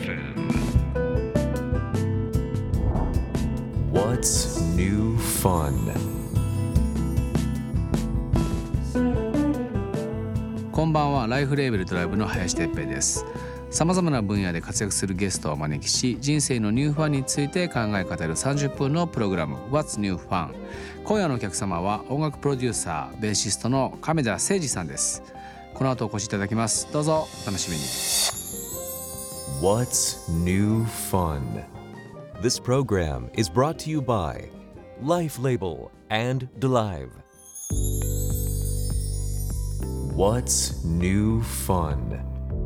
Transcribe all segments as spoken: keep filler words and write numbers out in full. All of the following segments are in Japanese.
エフエム。 What's new fun? こんばんは。ライフレーベルドライブの林哲平です。さまざまな分野で活躍するゲストをお招きし、人生のニューファンについて考え語るさんじゅっぷんのプログラム What's New Fun。 今夜のお客様は音楽プロデューサーベーシストの亀田誠二さんです。この後お越しいただきます。どうぞお楽しみに。 What's new fun? This program is brought to you by Life Label and Delive. What's new fun?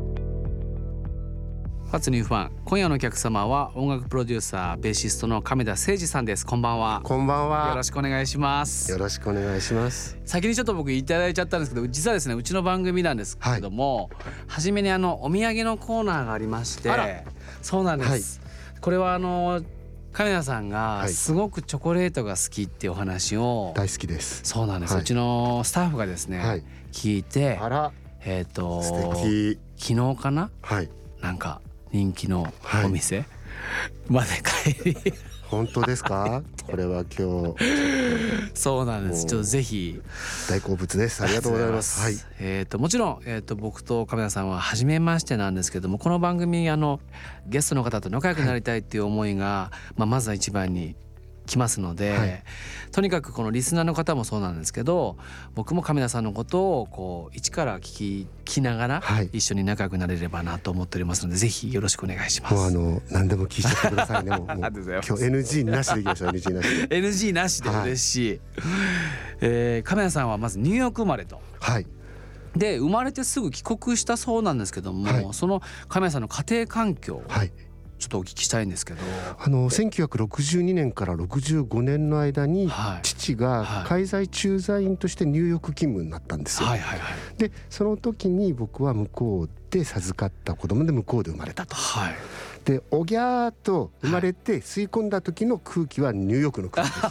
What's New Fun。 今夜のお客様は音楽プロデューサーベーシストの亀田誠二さんです。こんばんは。 こんばんは。 よろしくお願いします。 よろしくお願いします。 先にちょっと僕いただいちゃったんですけど、実はですねうちの番組なんですけれども、はい、初めにあのお土産のコーナーがありまして、そうなんです、はい、これはあの亀田さんがすごくチョコレートが好きっていうお話を、 大好きです。 そうなんです、はい、うちのスタッフがですね、はい、聞いて、 あらえっ、ー、と素敵。 昨日かな、はい、なんか人気のお店、はい、まで帰り本当ですか？これは今日そうなんです。ちょっとぜひ。 大好物です。ありがとうございます。はい。 えっ、ー、ともちろん、えー、と僕と亀田さんは初めましてなんですけども、この番組あのゲストの方と仲良くなりたいっていう思いが、はい、まあ、まずは一番に来ますので、はい、とにかくこのリスナーの方もそうなんですけど、僕も亀田さんのことをこう一から聞き、聞きながら一緒に仲良くなれればなと思っておりますので、ぜひよろしくお願いします。 もうあの何でも聞いちゃってくださいね。もうもう今日 エヌジー なしでいきましょう。 エヌジー なしでエヌジー なしで嬉しい、はい。えー、亀田さんはまずニューヨーク生まれと。はい。で生まれてすぐ帰国したそうなんですけども、はい、その亀田さんの家庭環境、はい、ちょっとお聞きしたいんですけど、 あのせんきゅうひゃくろくじゅうにねんからろくじゅうごねんの間に、はい、父が海外駐在員としてニューヨーク勤務になったんですよ、はいはいはい、でその時に僕は向こうで授かった子供で向こうで生まれたと、はい、でおぎゃーと生まれて吸い込んだ時の空気はニューヨークの空気です。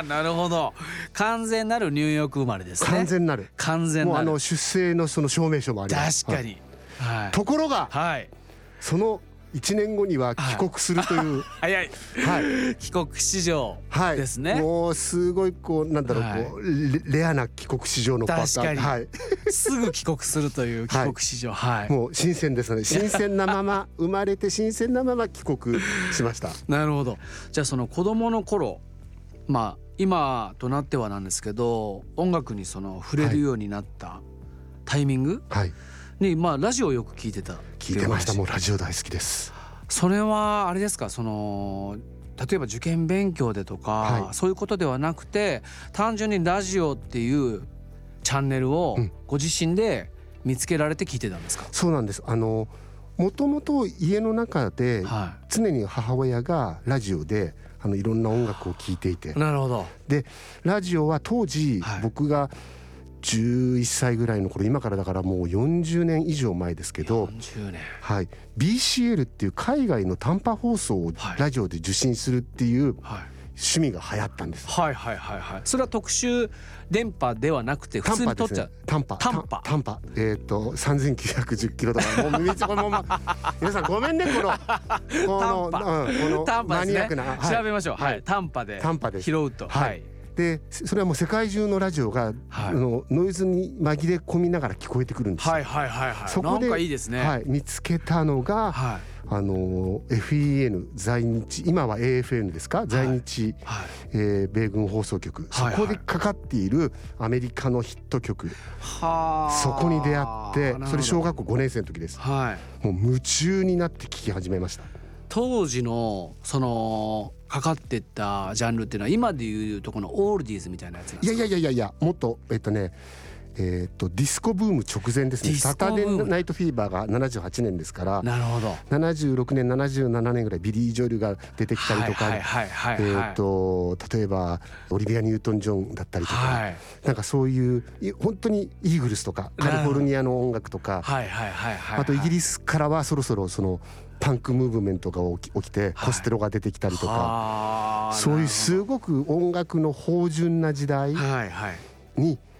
なるほど。完全なるニューヨーク生まれですね。 完全なる完全なる。 もうあの出生のその証明書もあります。 確かに、はいはい、 ところが、はい、そのいちねんごには帰国するという、 はい、早い、はい、帰国子女ですね、 はい、もうすごいこうなんだろう、はい、こう レ, レアな帰国子女のパターン。 確かに、 はい、 すぐ帰国するという帰国子女、はいはい、 もう新鮮ですね。新鮮なまま生まれて新鮮なまま帰国しました。 なるほど。じゃあその子供の頃、まあ今となってはなんですけど、音楽にその触れるようになったタイミング、はい、にまあラジオをよく聞いてた。 聞いてました。もうラジオ大好きです。 それはあれですか、その例えば受験勉強でとか、はい、そういうことではなくて、単純にラジオっていうチャンネルをご自身で見つけられて聞いてたんですか？ うん、そうなんです。あのもともと家の中で常に母親がラジオであのいろんな音楽を聴いていて、 なるほど。 でラジオは当時、はい、僕がじゅういっさいぐらいの頃、今からだからもうよんじゅうねん以上前ですけど、よんじゅうねん、はい、ビーシーエル っていう海外の短波放送をラジオで受信するっていう趣味が流行ったんです。 はいはいはいはい。それは特殊電波ではなくて普通に撮っちゃう。 短波ですね。短波。短波。えっ、ー、とさんぜんきゅうひゃくじゅっキロとか、もうめっちゃこのまま皆さんごめんね、このこの、うん、このマニアックな、 はい、調べましょう。はい。短波で拾うと。 はい。はいでそれはもう世界中のラジオが、はい、のノイズに紛れ込みながら聞こえてくるんですよ。 はいはいはいはい。 そこでなんかいいですね、 はい、見つけたのが、はい、あの エフイーエヌ 在日、今は エーエフエヌ ですか、在日、はい、えー、米軍放送局、はいはい、そこでかかっているアメリカのヒット曲、はそこに出会って、それ小学校ごねん生の時です、はい、もう夢中になって聴き始めました。 当時のそのかかってったジャンルっていうのは今でいうとこのオールディーズみたいなやつなんですか？ いやいやいやいや、もっとえっとねえー、とディスコブーム直前ですね。サタデーナイトフィーバーがななじゅうはちねんですから、 なるほど、 ななじゅうろくねんななじゅうななねんぐらいビリー・ジョエルが出てきたりとか、と例えばオリビア・ニュートン・ジョンだったりとか、はい、なんかそういう本当にイーグルスとかカリフォルニアの音楽とか、あとイギリスからはそろそろそのパンクムーブメントが起き、起きてコステロが出てきたりとか、はい、そういうすごく音楽の芳醇な時代に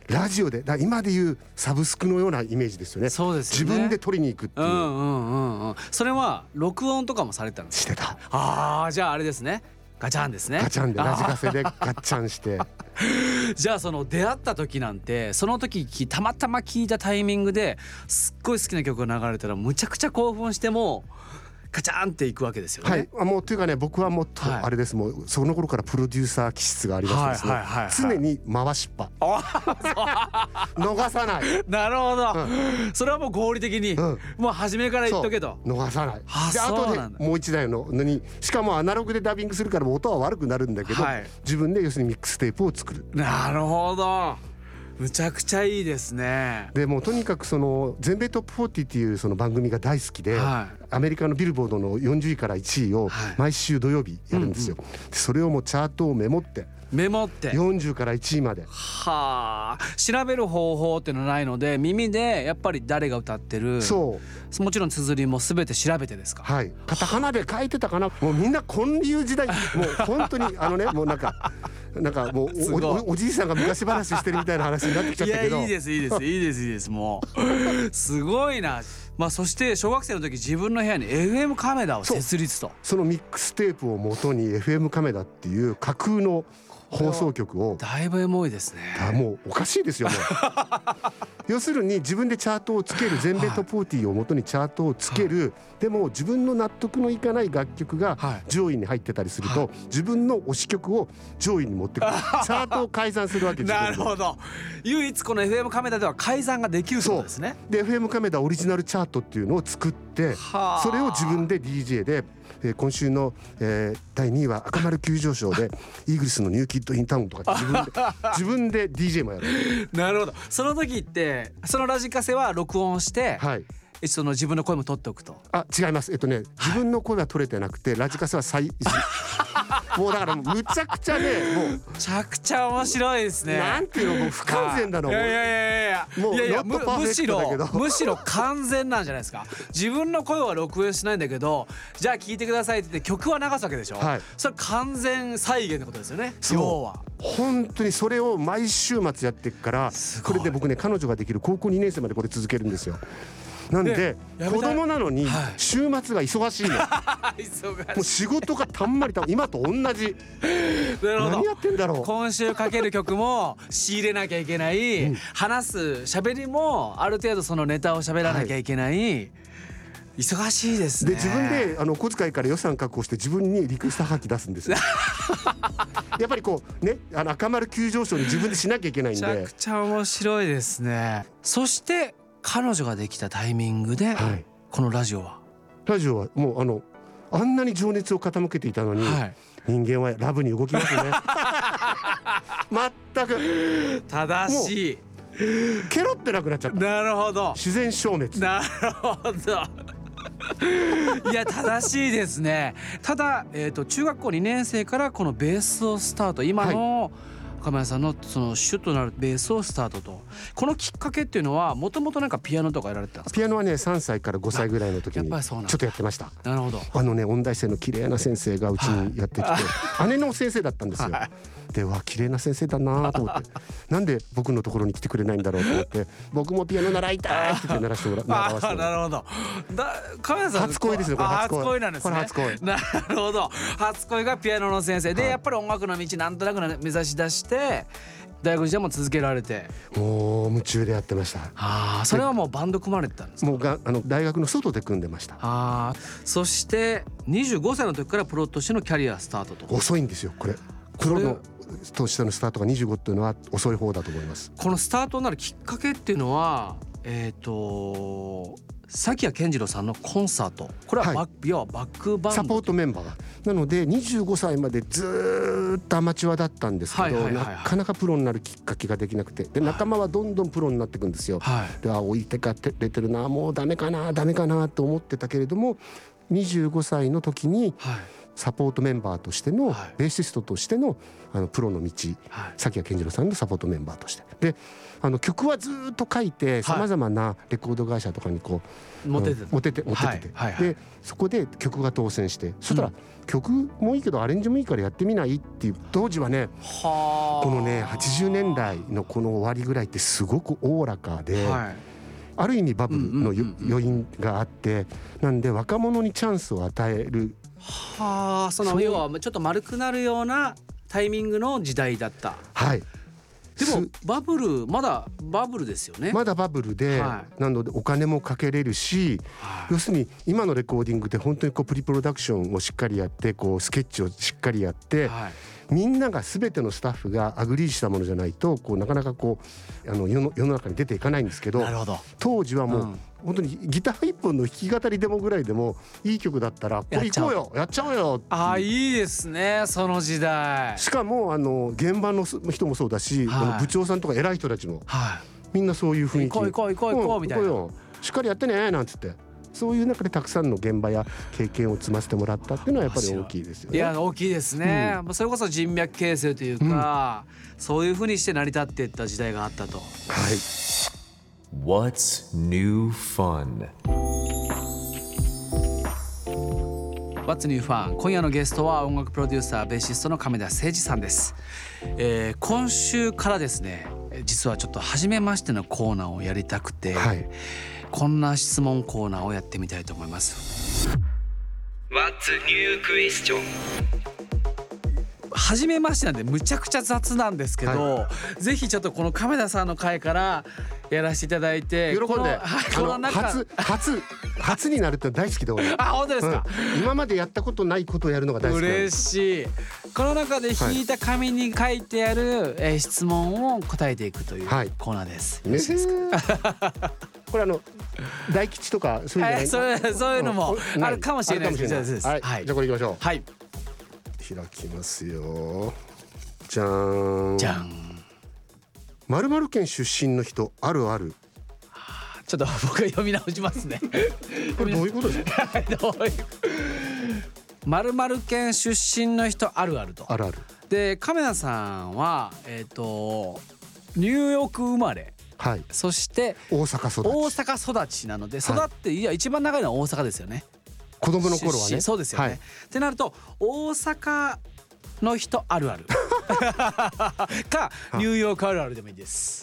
ラジオで、だ今でいうサブスクのようなイメージですよね。 そうですよね。 自分で撮りに行くっていう、 うんうんうんうん、それは録音とかもされてたんですか？ してた。 ああ、じゃああれですね、ガチャンですね。 ガチャンでラジカセでガッチャンしてじゃあその出会った時なんて、その時たまたま聞いたタイミングですっごい好きな曲が流れたらむちゃくちゃ興奮してもガチャンっていくわけですよね。 はい、あもうというかね、僕はもっとはいあれです、もうその頃からプロデューサー気質がありましてですね、 はいはいはいはい常に回しっぱ逃さないなるほど、 うそれはもう合理的に、 うんもう初めから言っとけと。 逃さないあで、 そうなんだ後でもう一台ののに、しかもアナログでダビングするから音は悪くなるんだけど、 はい自分で要するにミックステープを作る。 なるほど、むちゃくちゃいいですね。 でもうとにかくその全米トップフォーティーっていうその番組が大好きで、 はアメリカのビルボードのよんじゅういからいちいをはい毎週土曜日やるんですよ、でそれをもうチャートをメモってメモってよんじゅうからいちいまで。 はあ、調べる方法っていうのはないので、耳でやっぱり誰が歌ってる、 そうもちろん綴りも全て調べてですか？ はいカタカナで書いてたかな。もうみんなこんいう時代、もう本当にあのね、もうなんかなんかもうすごいお, お, おじいさんが昔話してるみたいな話になってきちゃったけど、 いやいいですいいですいいですいいですもうすごいな。まあそして小学生の時自分の部屋に エフエム カメラを設立と。 そのミックステープを元に エフエム カメラっていう架空の放送局を、 だいぶエモいですね。 あもうおかしいですよもう要するに自分でチャートをつける、全米トップフォーティーを元にチャートをつける、はい、でも自分の納得のいかない楽曲が上位に入ってたりすると、はい、自分の推し曲を上位に持ってくるチャートを改ざんするわけですよ。 なるほど、唯一この エフエム カメラでは改ざんができるってことですね。 で エフエム カメラオリジナルチャートっていうのを作って、それを自分で ディージェー で、えー、今週の、えー、だいにいは赤丸急上昇でイーグルスのニューキッドインタウンとか自分で自分で ディージェー もやる。 なるほど、その時ってそのラジカセは録音して、はい、その自分の声も取っておくと。 あ違います、えっとね自分の声は取れてなくて、ラジカセは再もうだからもうむちゃくちゃね、もうむちゃくちゃ面白いですね。 なんていうの、もう不完全なの。 いやいやいやいやもういやいや、 ノットパーフむしェクトだけどろむしろ完全なんじゃないですか。自分の声は録音しないんだけど、じゃあ聞いてくださいって言って曲は流すわけでしょ、はい、それ完全再現ってことですよね。要は本当にそれを毎週末やっていくから、これで僕ね、彼女ができる高校にねん生までこれ続けるんですよ。なんで子供なのに週末が忙しいの、はい、もう仕事がたんまりたん今と同じ何やってんだろう。 今週かける曲も仕入れなきゃいけない、うん、話す喋りもある程度そのネタを喋らなきゃいけない、はい、忙しいですね。 で自分であの小遣いから予算確保して自分にリクエストはがき出すんですよやっぱりこうね、あの赤丸急上昇に自分でしなきゃいけないんで。 めちゃくちゃ面白いですね。そして彼女ができたタイミングで、はい、このラジオはラジオはもうあのあんなに情熱を傾けていたのに、はい、人間はラブに動きますね全く正しい、 ケロってなくなっちゃった。 なるほど、 自然消滅。 なるほどいや正しいですね。ただ、えーと、中学校にねん生からこのベースをスタート、今の、はい、赤村さんのその主となるベースをスタートと。このきっかけっていうのはもともとなんかピアノとかやられてたんですか？ ピアノはねさんさいからごさいぐらいの時にちょっとやってました。 なるほど。 あのね音大生の綺麗な先生がうちにやってきて、はい、姉の先生だったんですよ、はい、でわ綺麗な先生だなと思ってなんで僕のところに来てくれないんだろうと思って僕もピアノ習いたいって言って鳴らしてもら習わせてもらなるほど。だ亀田さん初恋ですよ。これ初恋。 初恋なんですね。 これ初恋。 なるほど。初恋がピアノの先生で、はい、やっぱり音楽の道なんとなく目指し出して大学時代も続けられて、 もう夢中でやってました。 ああ、それはもうバンド組まれてたんですか？ もうがあの大学の外で組んでました。ああ、そしてにじゅうごさいの時からプロとしてのキャリアスタートと。 遅いんですよこれ。プロのとしてのスタートがにじゅうごっていうのは遅い方だと思います。 このスタートになるきっかけっていうのはえっ、ー、と崎谷健次郎さんのコンサート、これはバッ、はい、要はバックバンドサポートメンバーがなのでにじゅうごさいまでずっとアマチュアだったんですけど、はいはいはいはい、なかなかプロになるきっかけができなくて、で仲間はどんどんプロになっていくんですよ、はい、であ置いてかれてるな、もうダメかなダメかなと思ってたけれどもにじゅうごさいの時にサポートメンバーとしての、はい、ベーシストとしての、あのプロの道、はい、崎谷健次郎さんのサポートメンバーとしてで、あの曲はずっと書いてさまざまなレコード会社とかにこう持ってて持ってて持ってて、はいはいはい、でそこで曲が当選して、そしたら、うん、曲もいいけどアレンジもいいからやってみないっていう、当時はねこのねはちじゅうねんだいのこの終わりぐらいってすごくおおらかで、はい、ある意味バブルの余韻があって、なんで若者にチャンスを与える、 はあ、その要はちょっと丸くなるようなタイミングの時代だった。 はい。 でもバブルまだバブルですよね。 まだバブルで、はい、なのでお金もかけれるし、はい、要するに今のレコーディングで本当にこうプリプロダクションをしっかりやって、こうスケッチをしっかりやって、はい、みんなが全てのスタッフがアグリーしたものじゃないとこうなかなかこうあの世の、世の中に出ていかないんですけど、 なるほど、 当時はもう、うん、本当にギター一本の弾き語りデモぐらいでもいい曲だったらこれ行こうよやっちゃおうよ。 ああ、いいですね、その時代。 しかもあの現場の人もそうだし、はい、部長さんとか偉い人たちも、はい、みんなそういう雰囲気、 行こう行こう行こう行こうみたいな、 しっかりやってねなんつって、そういう中でたくさんの現場や経験を積ませてもらったっていうのはやっぱり大きいですよね。 いや大きいですね、うん、それこそ人脈形成というか、うん、そういうふうにして成り立っていった時代があったと。 はい。 What's new fun? What's new fun? 今夜のゲストは音楽プロデューサーベーシストの亀田誠治さんです、えー、今週からですね、実はちょっと初めましてのコーナーをやりたくて、はい、こんな質問コーナーをやってみたいと思います。 What's new question? 初めましてなんでむちゃくちゃ雑なんですけど、はい、ぜひちょっとこの亀田さんの回からやらせていただいて、 喜んで、この、はい、この中初初初になるって大好きで俺あ、本当ですか、 うん、今までやったことないことをやるのが大好き。嬉しい。この中で引いた紙に書いてある、はい、えー、質問を答えていくというコーナーです、はい、よろしいですか？ これあの大吉とかそういうの、 えー、それそういうのもあるかもしれないです。 はい、はい、じゃあこれいきましょう。 はい、 開きますよ。じゃーん。 じゃん。 〇〇県出身の人あるある。 ちょっと僕が読み直しますね。 これどういうことですか？ 〇〇県出身の人あるあると。 あるある。 で亀田さんはえっとニューヨーク生まれ。 はい。 そして大阪育ち。 大阪育ちなので、育って、はい、いや一番長いのは大阪ですよね。 子供の頃はね。 そうですよね、はい、ってなると大阪の人あるあるかニューヨークあるあるでもいいです。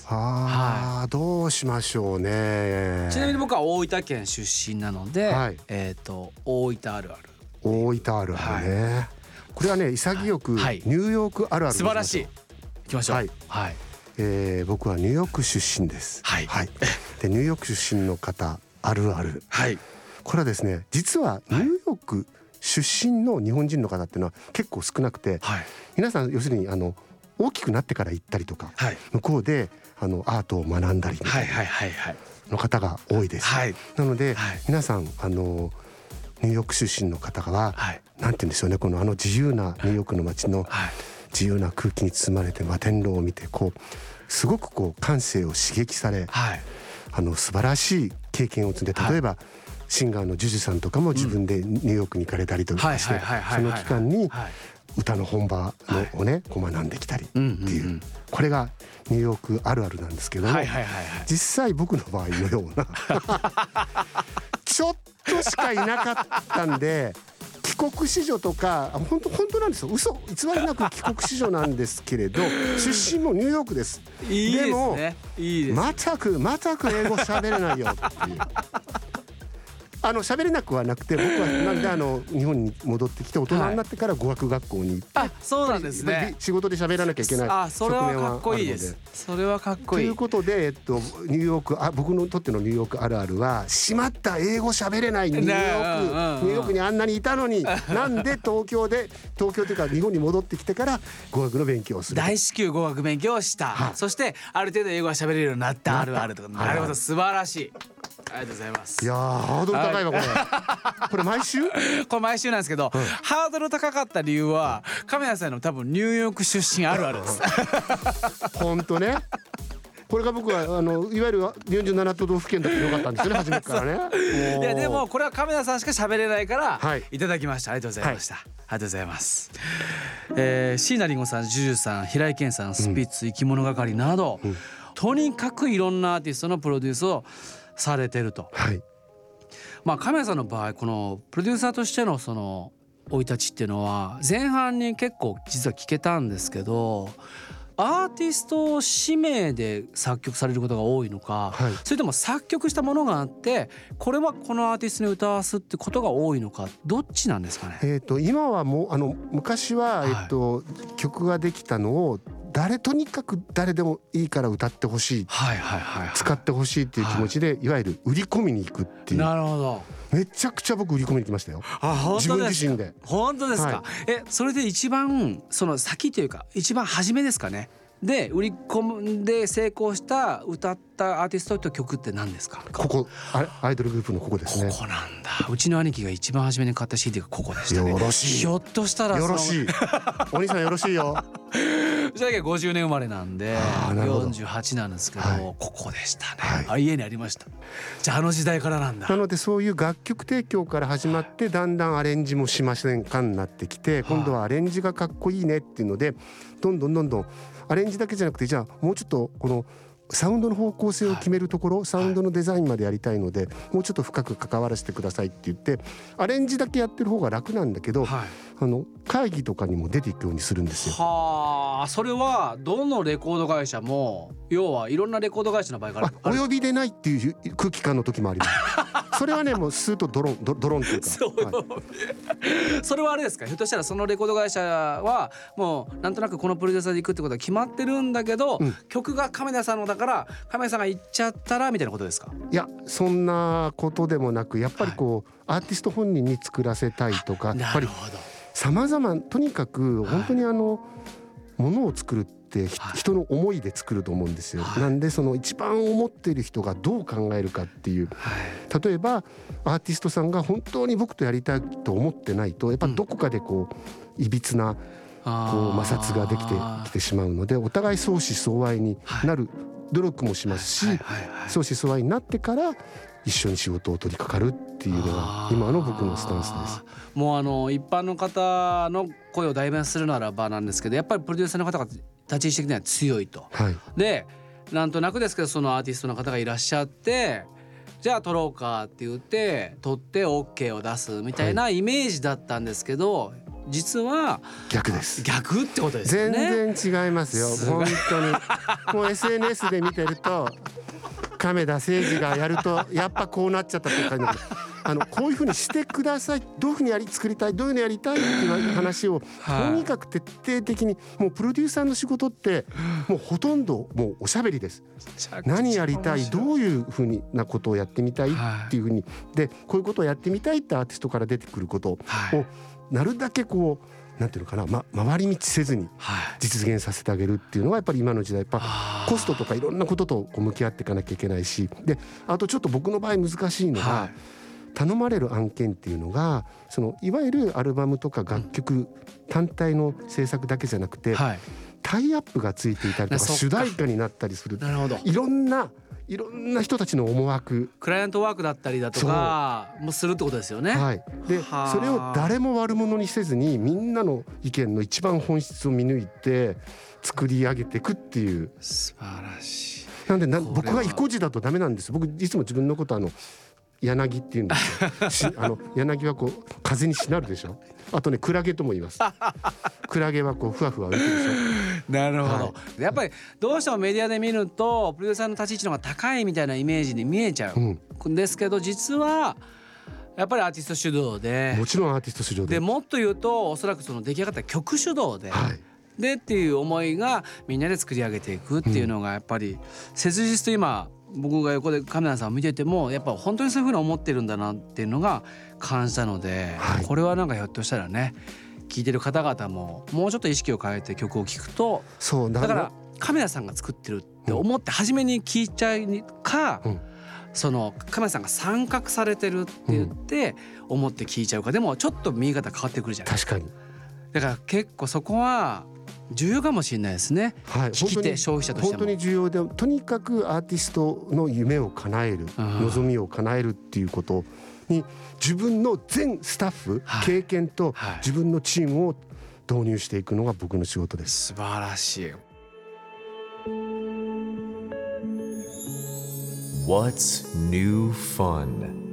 あ、はい、どうしましょうね。 ちなみに僕は大分県出身なので、はい、えっ、ー、と大分あるある。 大分あるあるね、はい、これはね潔くニューヨークあるある、 素晴らしい。行きましょう。はい、はい、 えー、僕はニューヨーク出身です。はい、はい、でニューヨーク出身の方あるある、はい、これはですね、実はニューヨーク出身の日本人の方っていうのは結構少なくて、はい、皆さん要するにあの大きくなってから行ったりとか、はい、向こうであのアートを学んだりみたいなの方が多いです、はい、なので、はい、皆さんあのニューヨーク出身の方は、はい、なんて言うんでしょうね、このあの自由なニューヨークの街の自由な空気に包まれて摩天楼を見てこうすごくこう感性を刺激され、はい、あの素晴らしい経験を積んで、例えば、はい、シンガーのジュジュさんとかも自分でニューヨークに行かれたりとかして、その期間に歌の本場のをねこう学んできたりっていう、これがニューヨークあるあるなんですけども、実際僕の場合のようなちょっとしかいなかったんで、帰国子女とか本当本当なんですよ、嘘偽りなく帰国子女なんですけれど出身もニューヨークです。 いいですね。 でもいいです、 全く全く英語喋れないよっていう。あの喋れなくはなくて、僕はなんであの日本に戻ってきて大人になってから語学学校に行って、 はい、あ、そうなんですね。 仕事で喋らなきゃいけない側面はあるので。あ、それはかっこいいです。 それはかっこいい。 ということで、えっとニューヨークあ僕のとってのニューヨークあるあるは、しまった英語喋れないニューヨーク、ニューヨークにあんなにいたのになんで東京で東京というか日本に戻ってきてから語学の勉強をする。 大至急語学勉強をした。はい、そしてある程度英語が喋れるようになったあるあるとか。なるほど、素晴らしい。ありがとうございます。 いやーハードル高いわこれ。これ毎週？ これ毎週なんですけど、うん、ハードル高かった理由は亀谷さんの多分ニューヨーク出身あるあるです。 本当ね。 これが僕はあのいわゆるよんじゅうなな都道府県だってよかったんですよね初めからね。 いやでもこれは亀田さんしか喋れないから、 はい、 いただきました。ありがとうございました、はい、ありがとうございます。えー、椎名林檎さん、ジュジュさん、平井堅さん、スピッツ、生き物係など、うん、とにかくいろんなアーティストのプロデュースをされてると、 はい、 まあ亀田さんの場合このプロデューサーとしてのその生い立ちっていうのは前半に結構実は聞けたんですけど、アーティスト指名で作曲されることが多いのか、はい、それとも作曲したものがあってこれはこのアーティストに歌わすってことが多いのか、どっちなんですかね。 えーと今はもうあの昔は、えーとはい、曲ができたのを誰とにかく誰でもいいから歌ってほしい、 はいはいはいはい、 使ってほしいっていう気持ちで、はい、いわゆる売り込みに行くっていう。 なるほど。 めちゃくちゃ僕売り込みに行きましたよ。 あ、本当ですか。 自分自身で。 本当ですか、 はい、 えそれで一番その先というか一番初めですかねで売り込んで成功した歌ったアーティストと曲って何ですか。 ここアイドルグループのここですね。 ここなんだ。うちの兄貴が一番初めに買った シーディー がここでしたね。 よろしい。 ひょっとしたらよろしいお兄さんよろしいようちだけごじゅうねん生まれなんでよんじゅうはちなんですけど、はい、ここでしたね、はい、あ家にありました。じゃああの時代からなんだ。 なのでそういう楽曲提供から始まってだんだんアレンジもしませんかになってきて、今度はアレンジがかっこいいねっていうのでどんどんどんどんアレンジだけじゃなくてじゃあもうちょっとこのサウンドの方向性を決めるところ、サウンドのデザインまでやりたいのでもうちょっと深く関わらせてくださいって言ってアレンジだけやってる方が楽なんだけど、はい、あの会議とかにも出ていくようにするんですよ。 はあ、それはどのレコード会社も要はいろんなレコード会社の場合からお呼びでないっていう空気感の時もありますそれはねもうスーッとドロンドドロンっていうかそう、はい、それはあれですか。ひょっとしたらそのレコード会社はもうなんとなくこのプロデューサーで行くってことは決まってるんだけど、うん、曲が亀田さんのだから亀田さんが行っちゃったらみたいなことですか。 いやそんなことでもなくやっぱりこう、はい、アーティスト本人に作らせたいとかやっぱり様々とにかく本当にあの、はい、ものを作るって人の思いで作ると思うんですよ、はい、なんでその一番思っている人がどう考えるかっていう、はい、例えばアーティストさんが本当に僕とやりたいと思ってないとやっぱどこかでこういびつなこう摩擦ができてきてしまうのでお互い相思相愛になる努力もしますし、はいはいはいはい、相思相愛になってから一緒に仕事を取り掛かるっていうのが今の僕のスタンスです。 もうあの一般の方の声を代弁するならばなんですけどやっぱりプロデューサーの方が立ち位置的には強いと、はい、でなんとなくですけどそのアーティストの方がいらっしゃってじゃあ撮ろうかって言って撮って OK を出すみたいなイメージだったんですけど、はい、実は逆です。 逆ってことですね。 全然違いますよ本当にもう エスエヌエス で見てると亀田誠治がやるとやっぱこうなっちゃったって感じあのこういう風にしてくださいどういう風にやり作りたいどういうのやりたいっていう話をとにかく徹底的にもうプロデューサーの仕事ってもうほとんどもうおしゃべりです。何やりたいどういう風になことをやってみたいっていう風にでこういうことをやってみたいってアーティストから出てくることをなるだけこうなんていうのかな、ま、回り道せずに実現させてあげるっていうのはやっぱり今の時代やっぱコストとかいろんなこととこう向き合っていかなきゃいけないしであとちょっと僕の場合難しいのが、はい、頼まれる案件っていうのがそのいわゆるアルバムとか楽曲単体の制作だけじゃなくて、はい、タイアップがついていたりとか主題歌になったりするなるほどいろんないろんな人たちの思惑クライアントワークだったりだとかもするってことですよね、 はい、でそれを誰も悪者にせずにみんなの意見の一番本質を見抜いて作り上げていくっていう素晴らしい。 なんでな僕が意固地だとダメなんです。僕いつも自分のことあの柳って言うんですよあの柳はこう風にしなるでしょ。あとねクラゲとも言いますクラゲはこうふわふわ浮いてるでしょなるほど、 はい、 やっぱりどうしてもメディアで見るとプロデューサーの立ち位置の方が高いみたいなイメージに見えちゃうんですけど、うん、実はやっぱりアーティスト主導でもちろんアーティスト主導ででもっと言うとおそらくその出来上がった曲主導で、はい、でっていう思いがみんなで作り上げていくっていうのがやっぱり切実と今僕が横でカメラさんを見ててもやっぱ本当にそういうふうに思ってるんだなっていうのが感じたので、はい、これはなんかひょっとしたらね聴いてる方々ももうちょっと意識を変えて曲を聴くとそうだからカメラさんが作ってるって思って初めに聴いちゃうか、うん、そのカメラさんが参画されてるって言って思って聴いちゃうかでもちょっと見え方変わってくるじゃない。 確かに。 だから結構そこは重要かもしれないですね、 はい、 聞き手消費者としても本当に重要で、とにかくアーティストの夢を叶える、望みを叶えるっていうことに自分の全スタッフ、はい、経験と自分のチームを導入していくのが僕の仕事です。 素晴らしい。 What's new fun?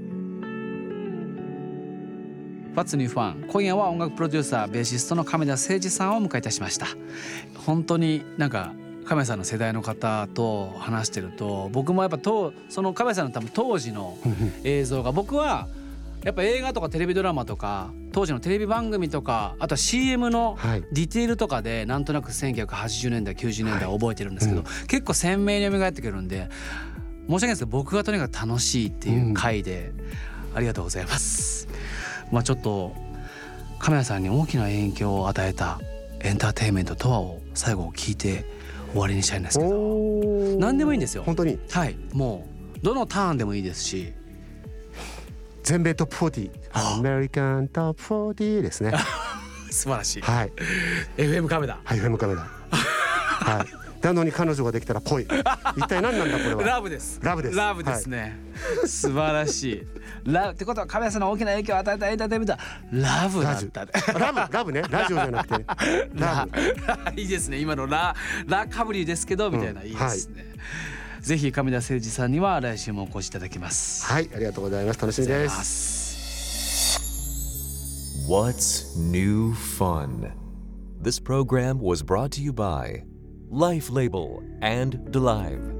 What's New Fun? 今夜は音楽プロデューサーベーシストの亀田誠二さんを迎えいたしました。本当になんか亀田さんの世代の方と話してると、僕もやっぱとその亀田さんの多分当時の映像が僕はやっぱ映画とかテレビドラマとか当時のテレビ番組とか、あとは シーエム のディテールとかでなんとなくせんきゅうひゃくはちじゅうねんだいきゅうじゅうねんだいを覚えてるんですけど、結構鮮明に蘇ってくるんで申し訳ないですけど、僕がとにかく楽しいっていう回でありがとうございます。まあちょっと亀田さんに大きな影響を与えたエンターテインメントとはを最後聞いて終わりにしたいんですけど、何でもいいんですよ。 本当に、 はい、もうどのターンでもいいですし、 全米トップフォーティー、アメリカントップフォーティーですね。 素晴らしい。 はい。 エフエム 亀田。 はい、エフエム 亀田。はい。なのに彼女ができたらぽい。一体何なんだこれは。 ラブです。 ラブです。 ラブですね。はい、素晴らしい。ラってことは亀田さんの大きな影響を与えたエンターテインメントはラブだった。 ラブラブね。ラジオじゃなくて、ね、ラブ。いいですね。今のララかぶりですけどみたいな、うん、いいですね。はい、ぜひ亀田誠二さんには来週もお越しいただきます。 はい、ありがとうございます。楽しみです。 What's new fun? This program was brought to you by Life Label and DeLive.